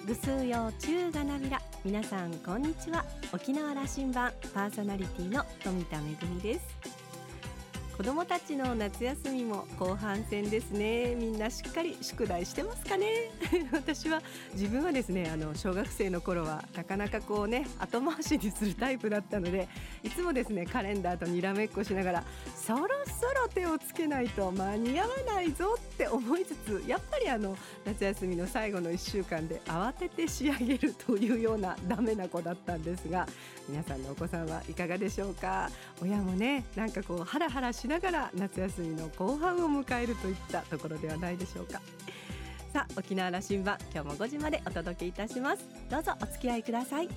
ぐすうようちゅうがなびら。皆さんこんにちは。沖縄羅針盤パーソナリティの富田恵です。子どもたちの夏休みも後半戦ですね。みんなしっかり宿題してますかね私は自分はですね、小学生の頃はなかなかこうね後回しにするタイプだったので、いつもですねカレンダーとにらめっこしながらそろそろ手をつけないと間に合わないぞって思いつつ、やっぱり夏休みの最後の1週間で慌てて仕上げるというようなダメな子だったんですが、皆さんのお子さんはいかがでしょうか。親もねなんかこうハラハラしながら夏休みの後半を迎えるといったところではないでしょうか。さあ、沖縄羅針盤、今日も5時までお届けいたします。どうぞお付き合いください。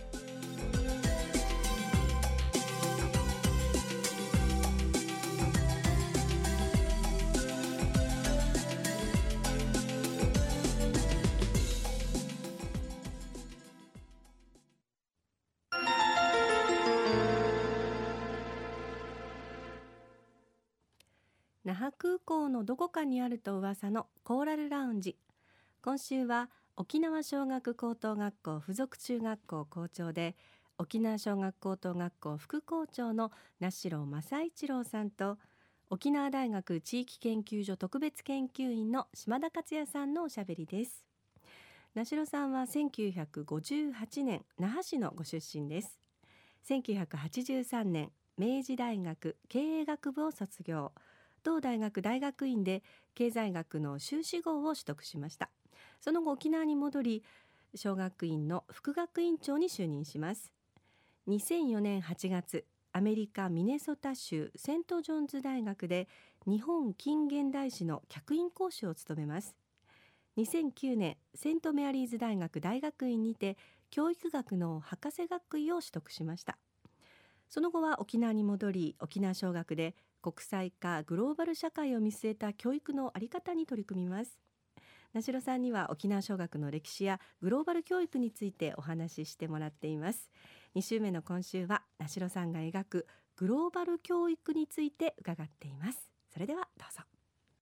那覇空港のどこかにあると噂のコーラルラウンジ。今週は沖縄小学高等学校附属中学校校長で沖縄小学高等学校副校長の名城正一郎さんと、沖縄大学地域研究所特別研究員の島田克也さんのおしゃべりです。名城さんは1958年那覇市のご出身です。1983年明治大学経営学部を卒業、同大学大学院で経済学の修士号を取得しました。その後沖縄に戻り、小学院の副学院長に就任します。2004年8月、アメリカミネソタ州セントジョンズ大学で日本近現代史の客員講師を務めます。2009年、セントメアリーズ大学大学院にて教育学の博士学位を取得しました。その後は沖縄に戻り、沖縄小学で国際化グローバル社会を見据えた教育の在り方に取り組みます。名城さんには沖縄小学の歴史やグローバル教育についてお話ししてもらっています。2週目の今週は名城さんが描くグローバル教育について伺っています。それではどうぞ。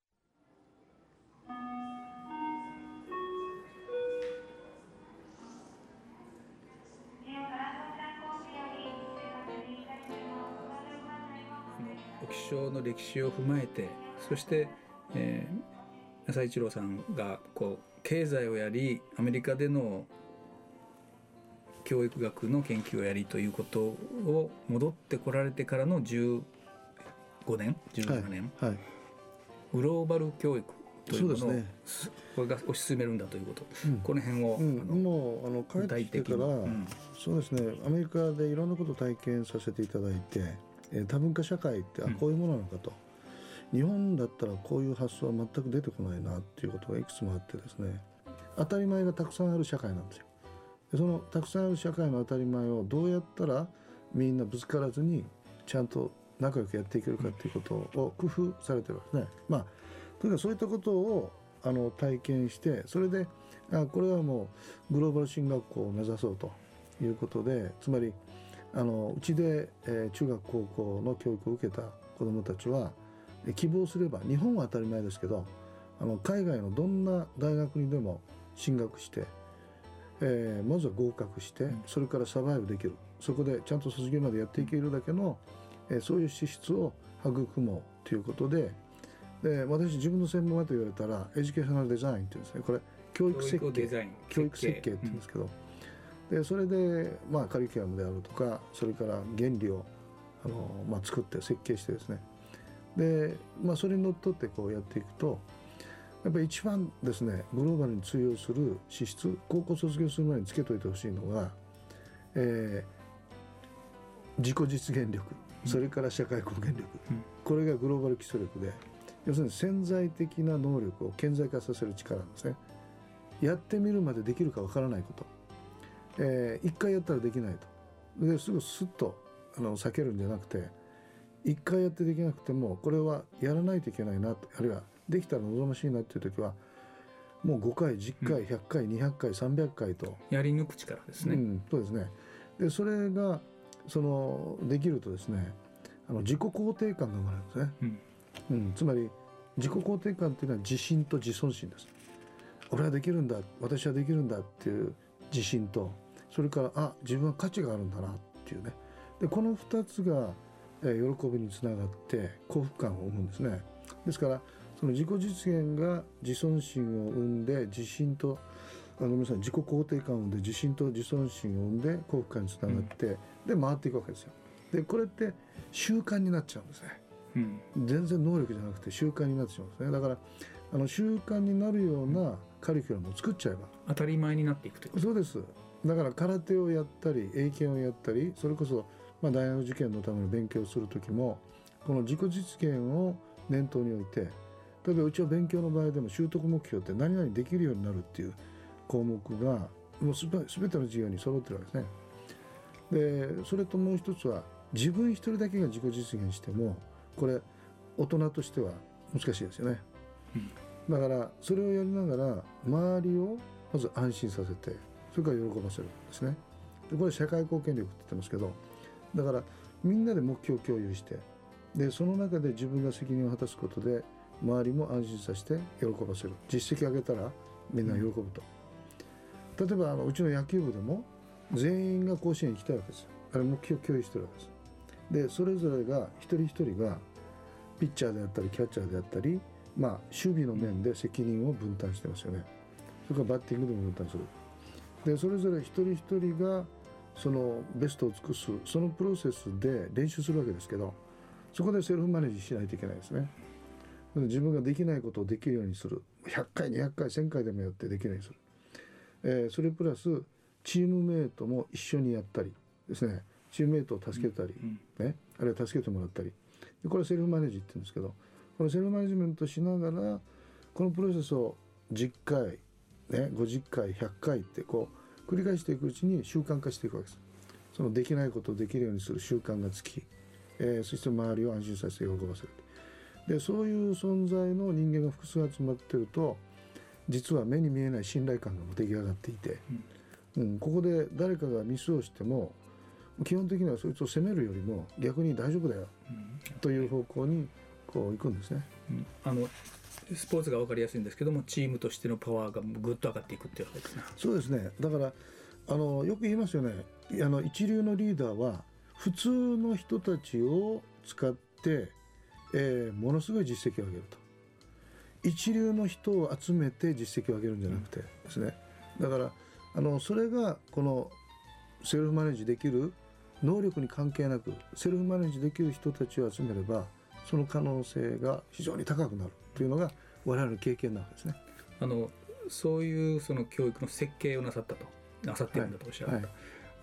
沖小の歴史を踏まえて、そして、正一郎さんが経済をやり、アメリカでの教育学の研究をやりということを戻ってこられてからの15年17年、 はいはい、 グローバル教育というものを、 ね、 これが推し進めるんだということ、この辺を、 もう帰ってきてから、そうですね、アメリカでいろんなことを体験させていただいて、多文化社会ってこういうものなのかと、日本だったらこういう発想は全く出てこないなっていうことがいくつもあってですね、当たり前がたくさんある社会なんですよ。でそのたくさんある社会の当たり前をどうやったらみんなぶつからずにちゃんと仲良くやっていけるかっていうことを工夫されてるわけですね。とにかくそういったことを体験して、それでこれはもうグローバル進学校を目指そうということで、つまりうちで、中学高校の教育を受けた子どもたちは希望すれば、日本は当たり前ですけど海外のどんな大学にでも進学して、まずは合格して、それからサバイブできる、そこでちゃんと卒業までやっていけるだけの、そういう資質を育もうということで、私自分の専門はと言われたらエデュケーショナルデザインっていうんですね。これ教育設計っていうんですけど、でそれでカリキュラムであるとか、それから原理を作って設計してですね、で、それにのっとってやっていくと、やっぱり一番ですねグローバルに通用する資質、高校卒業する前につけといてほしいのが、自己実現力、それから社会貢献力、これがグローバル基礎力で、要するに潜在的な能力を顕在化させる力なんですね。やってみるまでできるかわからないこと、一回やったらできないと、ですぐスッと避けるんじゃなくて、一回やってできなくてもこれはやらないといけないなと、あるいはできたら望ましいなっていう時はもう5回10回100回200回300回とやり抜く力ですね。 そうですね。でそれができるとですね、自己肯定感が生まれるんですね。つまり自己肯定感というのは自信と自尊心です。 俺はできるんだ、私はできるんだっていう自信と、それから自分は価値があるんだなっていうね。でこの2つが喜びにつながって幸福感を生むんですね。ですからその自己実現が自尊心を生んで、自信とごめんなさい、自己肯定感を生んで、自信と自尊心を生んで幸福感につながって、で回っていくわけですよ。でこれって習慣になっちゃうんですね。全然能力じゃなくて習慣になってしまうんですね。だから習慣になるようなカリキュラムを作っちゃえば当たり前になっていくということ。 そうです。だから空手をやったり英検をやったり、それこそ大学受験のための勉強をする時もこの自己実現を念頭に置いて、例えばうちは勉強の場合でも習得目標って何々できるようになるっていう項目がもう全ての授業に揃ってるわけですね。でそれともう一つは、自分一人だけが自己実現してもこれ大人としては難しいですよね。だからそれをやりながら周りをまず安心させて、それから喜ばせるんですね。でこれ社会貢献力って言ってますけど、だからみんなで目標を共有して、でその中で自分が責任を果たすことで周りも安心させて喜ばせる。実績上げたらみんな喜ぶと。例えばうちの野球部でも全員が甲子園に行きたいわけですよ。あれ目標を共有してるわけです。でそれぞれが一人一人がピッチャーであったりキャッチャーであったり、守備の面で責任を分担してますよね。それからバッティングでも分担する。でそれぞれ一人一人がそのベストを尽くす、そのプロセスで練習するわけですけど、そこでセルフマネージしないといけないですね。自分ができないことをできるようにする。100回200回1000回でもやってできるようにする。それプラスチームメイトも一緒にやったりですね、チームメイトを助けたり、あるいは助けてもらったり、でこれはセルフマネージって言うんですけど、このセルフマネジメントしながらこのプロセスを10回、50回100回ってこう繰り返していくうちに習慣化していくわけです。そのできないことをできるようにする習慣がつき、そして周りを安心させて喜ばせる。でそういう存在の人間が複数集まってると、実は目に見えない信頼感が出来上がっていて、ここで誰かがミスをしても基本的にはそいつを責めるよりも逆に大丈夫だよ、という方向にこう行くんですね。 スポーツが分かりやすいんですけども、チームとしてのパワーがぐっと上がっていくっていうわけですね。 そうですね。だからよく言いますよね。一流のリーダーは普通の人たちを使って、ものすごい実績を上げると。一流の人を集めて実績を上げるんじゃなくてですね、だからそれがこのセルフマネージできる能力に関係なくセルフマネージできる人たちを集めれば、その可能性が非常に高くなるというのが我々の経験なわけですね。 そういうその教育の設計をなさってるんだとおっしゃった、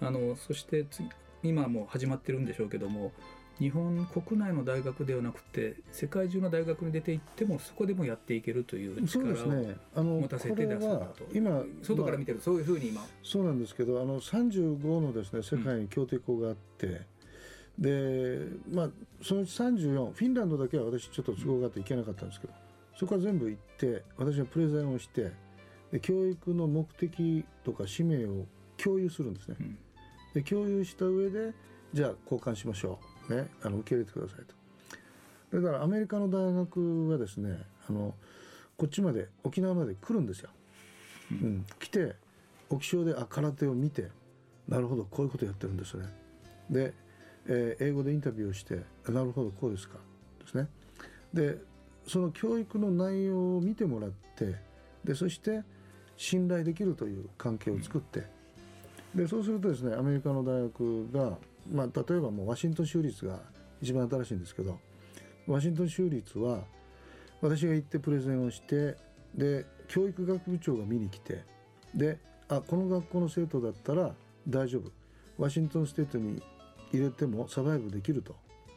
そして今もう始まってるんでしょうけども、日本国内の大学ではなくて世界中の大学に出ていってもそこでもやっていけるという力を持たせて出すんだと。今外から見てるそういうふうに今そうなんですけど、35のですね世界に協定校があって、でそのうち34、フィンランドだけは私ちょっと都合があって行けなかったんですけど、そこは全部行って私はプレゼンをして、で教育の目的とか使命を共有するんですね。で共有した上でじゃあ交換しましょう、受け入れてくださいと。だからアメリカの大学はですね、こっちまで沖縄まで来るんですよ。来て沖縄で空手を見て、なるほどこういうことやってるんですね。で、英語でインタビューをして、なるほどこうですかですね。でその教育の内容を見てもらって、でそして信頼できるという関係を作って、でそうするとですね、アメリカの大学が例えばもうワシントン州立が一番新しいんですけど、ワシントン州立は私が行ってプレゼンをして、で教育学部長が見に来て、でこの学校の生徒だったら大丈夫、ワシントンステートに入れてもサバイブできると、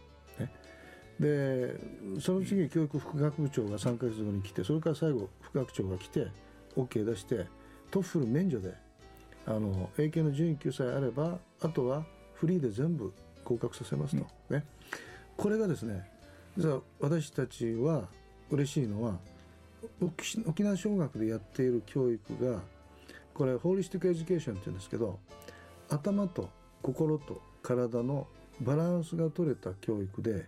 でその次に教育副学部長が3ヶ月後に来て、それから最後副学長が来て OK 出して、トッフル免除で英検の準1級さえあればあとはフリーで全部合格させますと、これがですね、実は私たちは嬉しいのは、沖縄小学でやっている教育がこれホーリスティックエデュケーションっていうんですけど、頭と心と体のバランスが取れた教育で、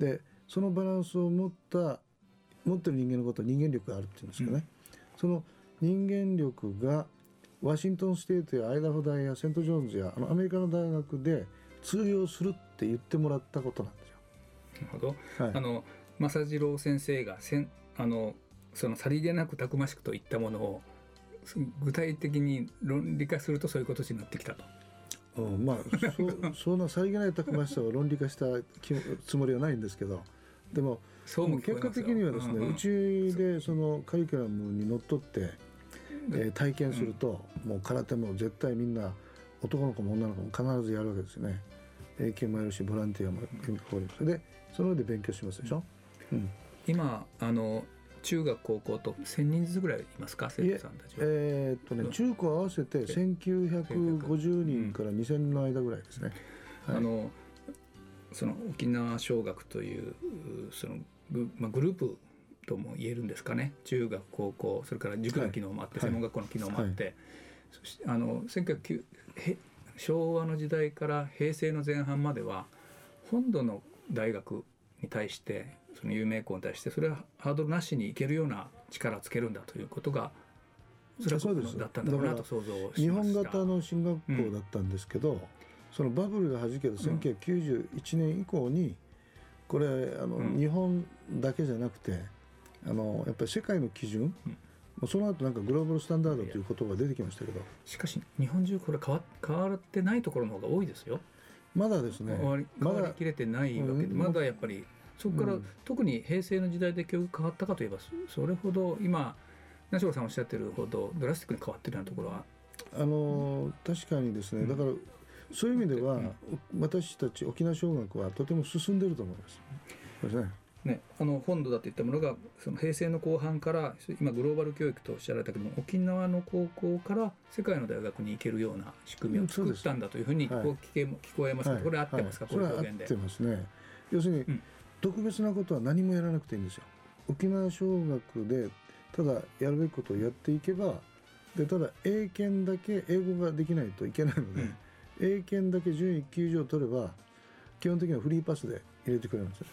そのバランスを持ってる人間のことを人間力があるっていうんですけどね、その人間力がワシントンステートやアイダホ大やセントジョーンズやアメリカの大学で通用するって言ってもらったことなんですよ。 なるほど、はい、正次郎先生がそのさりげなくたくましくといったものを具体的に論理化するとそういうことになってきたと。 まあそんなさりげないたくましさを論理化したつもりはないんですけど、でも結果的にはですね、うちでそのカリキュラムにのっとって、体験すると、もう空手も絶対みんな男の子も女の子も必ずやるわけですよね。英検もやるしボランティアもそれでその上で勉強しますでしょ、 今中学高校と1000人ずつぐらいいますか、生徒さんたちは。 中高合わせて1950人から2000人の間ぐらいですね。 その沖縄尚学というそのグループとも言えるんですかね。中学高校それから塾の機能もあって、専門学校の機能もあって、そして昭和の時代から平成の前半までは本土の大学に対してその有名校に対してそれはハードルなしにいけるような力をつけるんだということがおそらくだったんだろうなと想像しました。 日本型の進学校だったんですけど、そのバブルがはじける1991年以降にこれ日本だけじゃなくてやっぱり世界の基準、その後なんかグローバルスタンダードという言葉が出てきましたけど、 しかし日本中これ変わってないところの方が多いですよ。 まだですね、 変わりきれてないわけで、まだやっぱりそこから、特に平成の時代で教育変わったかといえばそれほど今梨郎さんおっしゃってるほどドラスティックに変わってるようなところは確かにですね、だからそういう意味では、私たち沖縄尚学はとても進んでいると思います。そうですね。 本土だといったものがその平成の後半から今グローバル教育とおっしゃられたけども、沖縄の高校から世界の大学に行けるような仕組みを作ったんだというふうに聞こえますけど、これ合ってますか、この表現で。 それは合ってますね。要するに、特別なことは何もやらなくていいんですよ。沖縄尚学でただやるべきことをやっていけば、でただ英検だけ英語ができないといけないので、英検だけ準1級以上取れば基本的にはフリーパスで入れてくれるんですよ。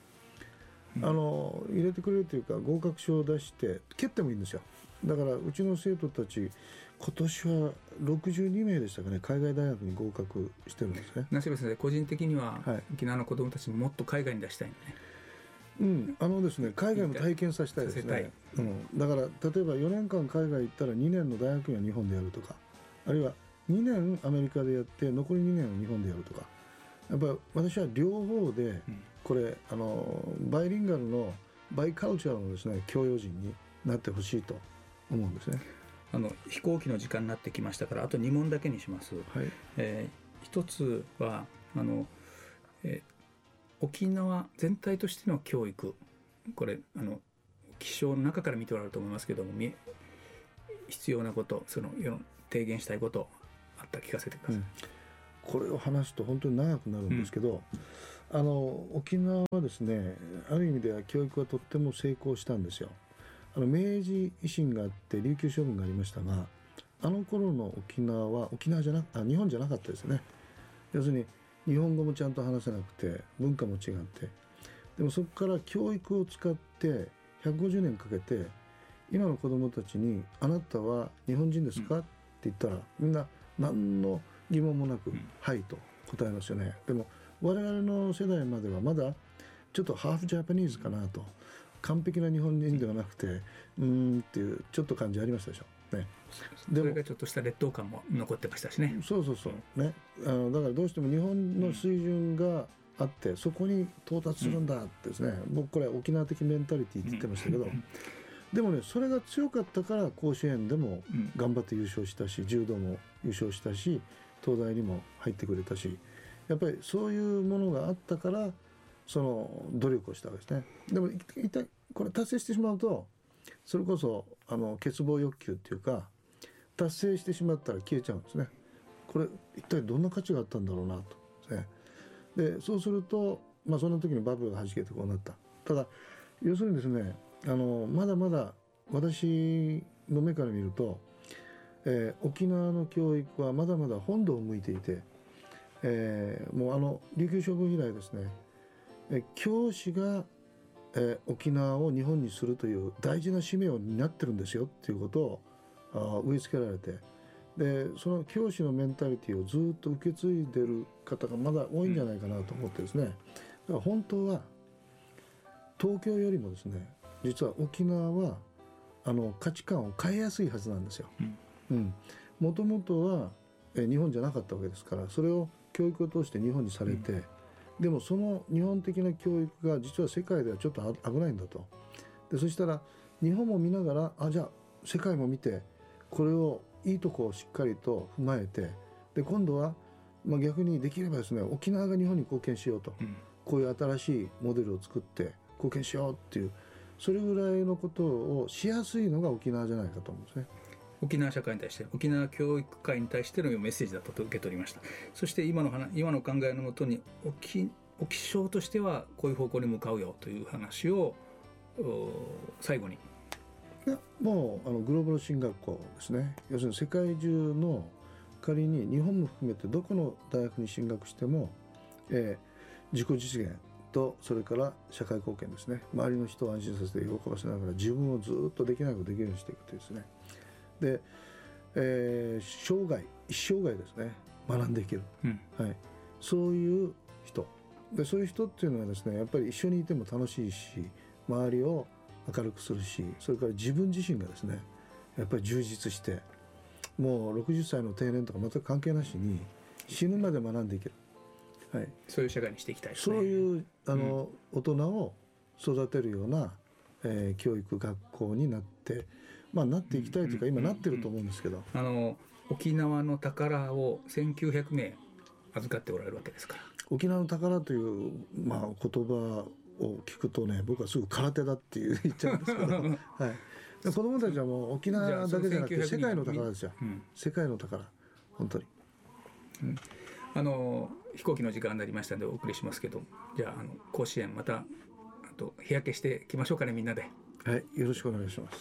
入れてくれるというか合格証を出して蹴ってもいいんですよ。だからうちの生徒たち今年は62名でしたかね、海外大学に合格してるんですね。 梨郎先生、個人的には、沖縄の子どもたちももっと海外に出したいんだね。ですね、海外も体験させたいですね。だから例えば4年間海外行ったら2年の大学院は日本でやるとか、あるいは2年アメリカでやって残り2年を日本でやるとか、やっぱり私は両方で、これバイリンガルのバイカルチャーのですね教養人になってほしいと思うんですね。 飛行機の時間になってきましたから、あと2問だけにします。一つは沖縄全体としての教育、これ気象の中から見ておられると思いますけども、必要なこと、その提言したいことあったら聞かせてください。 これを話すと本当に長くなるんですけど、沖縄はですね、ある意味では教育はとっても成功したんですよ。明治維新があって琉球処分がありましたが、あの頃の沖縄は日本じゃなかったですね。要するに日本語もちゃんと話せなくて文化も違って、でもそこから教育を使って150年かけて今の子どもたちに「あなたは日本人ですか?」って言ったらみんな何の疑問もなく「はい」と答えますよね。でも我々の世代まではまだちょっとハーフジャパニーズかなと、完璧な日本人ではなくてっていうちょっと感じありましたでしょ、ね、 でもそれがちょっとした劣等感も残ってましたしね。 そうね、だからどうしても日本の水準があって、そこに到達するんだってですね、僕これ沖縄的メンタリティって言ってましたけど、でもね、それが強かったから甲子園でも頑張って優勝したし、柔道も優勝したし、東大にも入ってくれたし、やっぱりそういうものがあったからその努力をしたわけですね。でも一体これ達成してしまうと、それこそ欠乏欲求っていうか、達成してしまったら消えちゃうんですね。これ一体どんな価値があったんだろうなと、ね、でそうすると、その時にバブルがはじけてこうなった。ただ要するにですね、まだまだ私の目から見ると、沖縄の教育はまだまだ本土を向いていて、もう琉球処分以来ですね、教師が、沖縄を日本にするという大事な使命を担ってるんですよっていうことを植え付けられて、でその教師のメンタリティをずっと受け継いでる方がまだ多いんじゃないかなと思ってですね、だから本当は東京よりもですね、実は沖縄は価値観を変えやすいはずなんですよ。もともとは日本じゃなかったわけですから、それを教育を通して日本にされて、でもその日本的な教育が実は世界ではちょっと危ないんだと。でそしたら日本も見ながら、じゃあ世界も見て、これをいいとこをしっかりと踏まえて、で今度は、逆にできればですね、沖縄が日本に貢献しようと、こういう新しいモデルを作って貢献しようっていう、それぐらいのことをしやすいのが沖縄じゃないかと思うんですね。 沖縄社会に対して、沖縄教育界に対してのメッセージだったと受け取りました。そして今の考えのもとに沖省としてはこういう方向に向かうよという話を最後に。 いや、もうグローバル進学校ですね。要するに世界中の、仮に日本も含めてどこの大学に進学しても、自己実現と、それから社会貢献ですね。周りの人を安心させて喜ばせながら自分をずっとできないことをできるようにしていくというですね。で、一生涯ですね、学んでいける、そういう人で、そういう人っていうのはですね、やっぱり一緒にいても楽しいし、周りを明るくするし、それから自分自身がですね、やっぱり充実して、もう60歳の定年とか全く関係なしに死ぬまで学んでいける、 そういう社会にしていきたいですね。 そういう大人を育てるような、教育学校になっていきたいというか、今なってると思うんですけど、 沖縄の宝を1900名預かっておられるわけですから。 沖縄の宝という、言葉を聞くとね、僕はすぐ空手だって言っちゃうんですけど、子供たちはもう沖縄だけじゃなくて世界の宝ですよ、世界の宝、本当に。 飛行機の時間になりましたのでお送りしますけど、じゃあ甲子園また日焼けしてきましょうかね、みんなで。 はい、よろしくお願いします。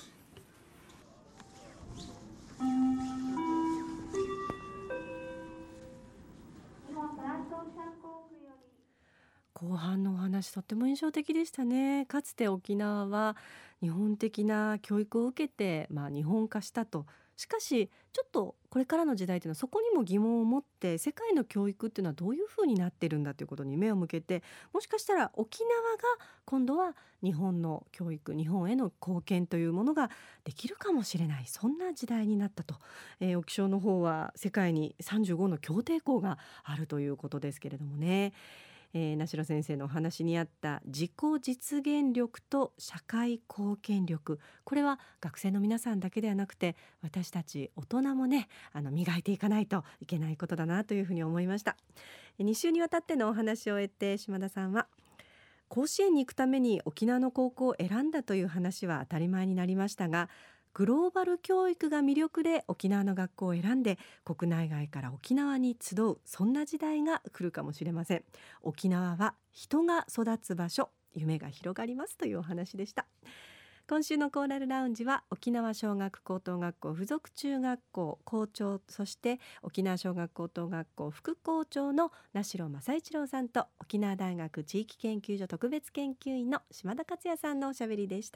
後半のお話、とっても印象的でしたね。かつて沖縄は日本的な教育を受けて、日本化したと。しかしちょっとこれからの時代というのはそこにも疑問を持って、世界の教育っていうのはどういうふうになってるんだということに目を向けて、もしかしたら沖縄が今度は日本の教育、日本への貢献というものができるかもしれない、そんな時代になったと。沖省の方は世界に35の協定校があるということですけれどもね。名城先生のお話にあった自己実現力と社会貢献力、これは学生の皆さんだけではなくて、私たち大人もね、磨いていかないといけないことだなというふうに思いました。2週にわたってのお話を終えて、島田さんは甲子園に行くために沖縄の高校を選んだという話は当たり前になりましたが、グローバル教育が魅力で沖縄の学校を選んで国内外から沖縄に集う、そんな時代が来るかもしれません。沖縄は人が育つ場所、夢が広がりますというお話でした。今週のコーラルラウンジは沖縄小学高等学校附属中学校校長、そして沖縄小学高等学校副校長の名城正一郎さんと、沖縄大学地域研究所特別研究員の島田克也さんのおしゃべりでした。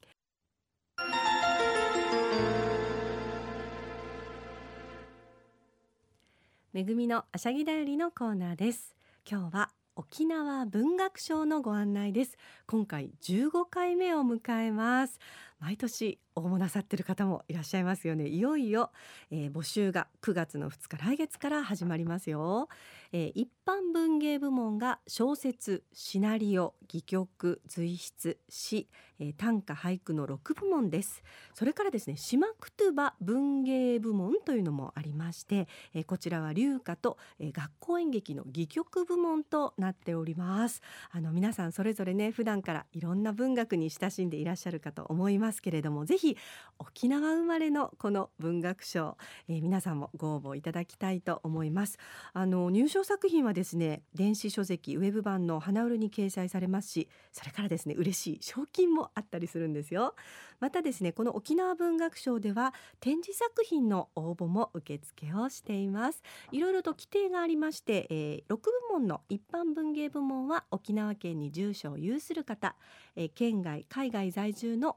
めぐみのあしゃぎだよりのコーナーです。今日は沖縄文学賞のご案内です。今回15回目を迎えます。毎年応募なさっている方もいらっしゃいますよね。いよいよ、募集が9月の2日、来月から始まりますよ。一般文芸部門が小説、シナリオ、戯曲、随筆、詩、短歌、俳句の6部門です。それからですね、シマクトゥバ文芸部門というのもありまして、こちらは流歌と、学校演劇の戯曲部門となっております。皆さんそれぞれね、普段からいろんな文学に親しんでいらっしゃるかと思いますけれども、ぜひ沖縄生まれのこの文学賞、皆さんもご応募いただきたいと思います。入賞作品はですね、電子書籍ウェブ版の花売に掲載されますし、それからですね、嬉しい賞金もあったりするんですよ。またですね、この沖縄文学賞では展示作品の応募も受付をしています。いろいろと規定がありまして、6部門の一般文芸部門は沖縄県に住所を有する方、県外海外在住の沖縄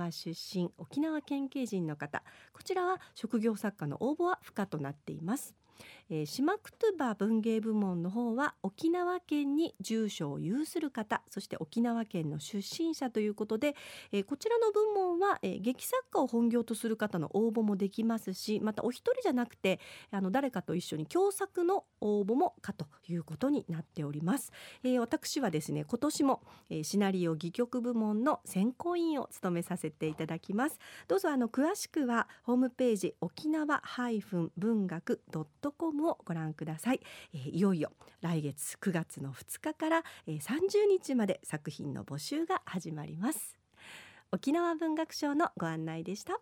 縄出身沖縄県警人の方、こちらは職業作家の応募は不可となっています。シマクトゥバ文芸部門の方は沖縄県に住所を有する方、そして沖縄県の出身者ということで、こちらの部門は、劇作家を本業とする方の応募もできますし、またお一人じゃなくて誰かと一緒に共作の応募も可ということになっております。私はですね、今年も、シナリオ戯曲部門の選考委員を務めさせていただきます。どうぞ詳しくはホームページ沖縄文学.comをご覧ください。いよいよ来月9月の2日から30日まで作品の募集が始まります。沖縄文学賞のご案内でした。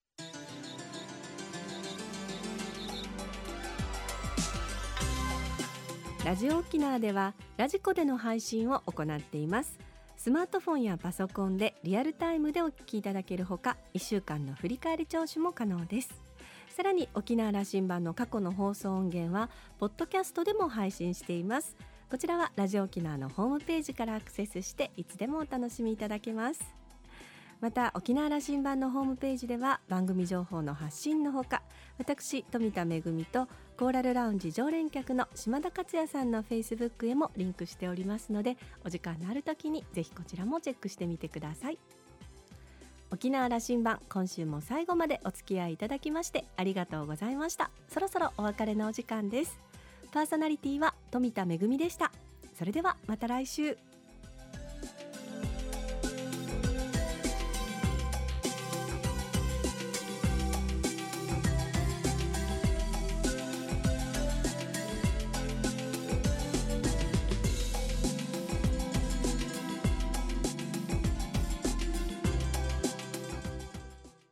ラジオ沖縄ではラジコでの配信を行っています。スマートフォンやパソコンでリアルタイムでお聞きいただけるほか、1週間の振り返り聴取も可能です。さらに沖縄羅針盤の過去の放送音源はポッドキャストでも配信しています。こちらはラジオ沖縄のホームページからアクセスしていつでもお楽しみいただけます。また沖縄羅針盤のホームページでは番組情報の発信のほか、私富田恵とコーラルラウンジ常連客の島田克也さんの Facebook へもリンクしておりますので、お時間のある時にぜひこちらもチェックしてみてください。沖縄羅針盤、今週も最後までお付き合いいただきましてありがとうございました。そろそろお別れのお時間です。パーソナリティは富田恵でした。それではまた来週。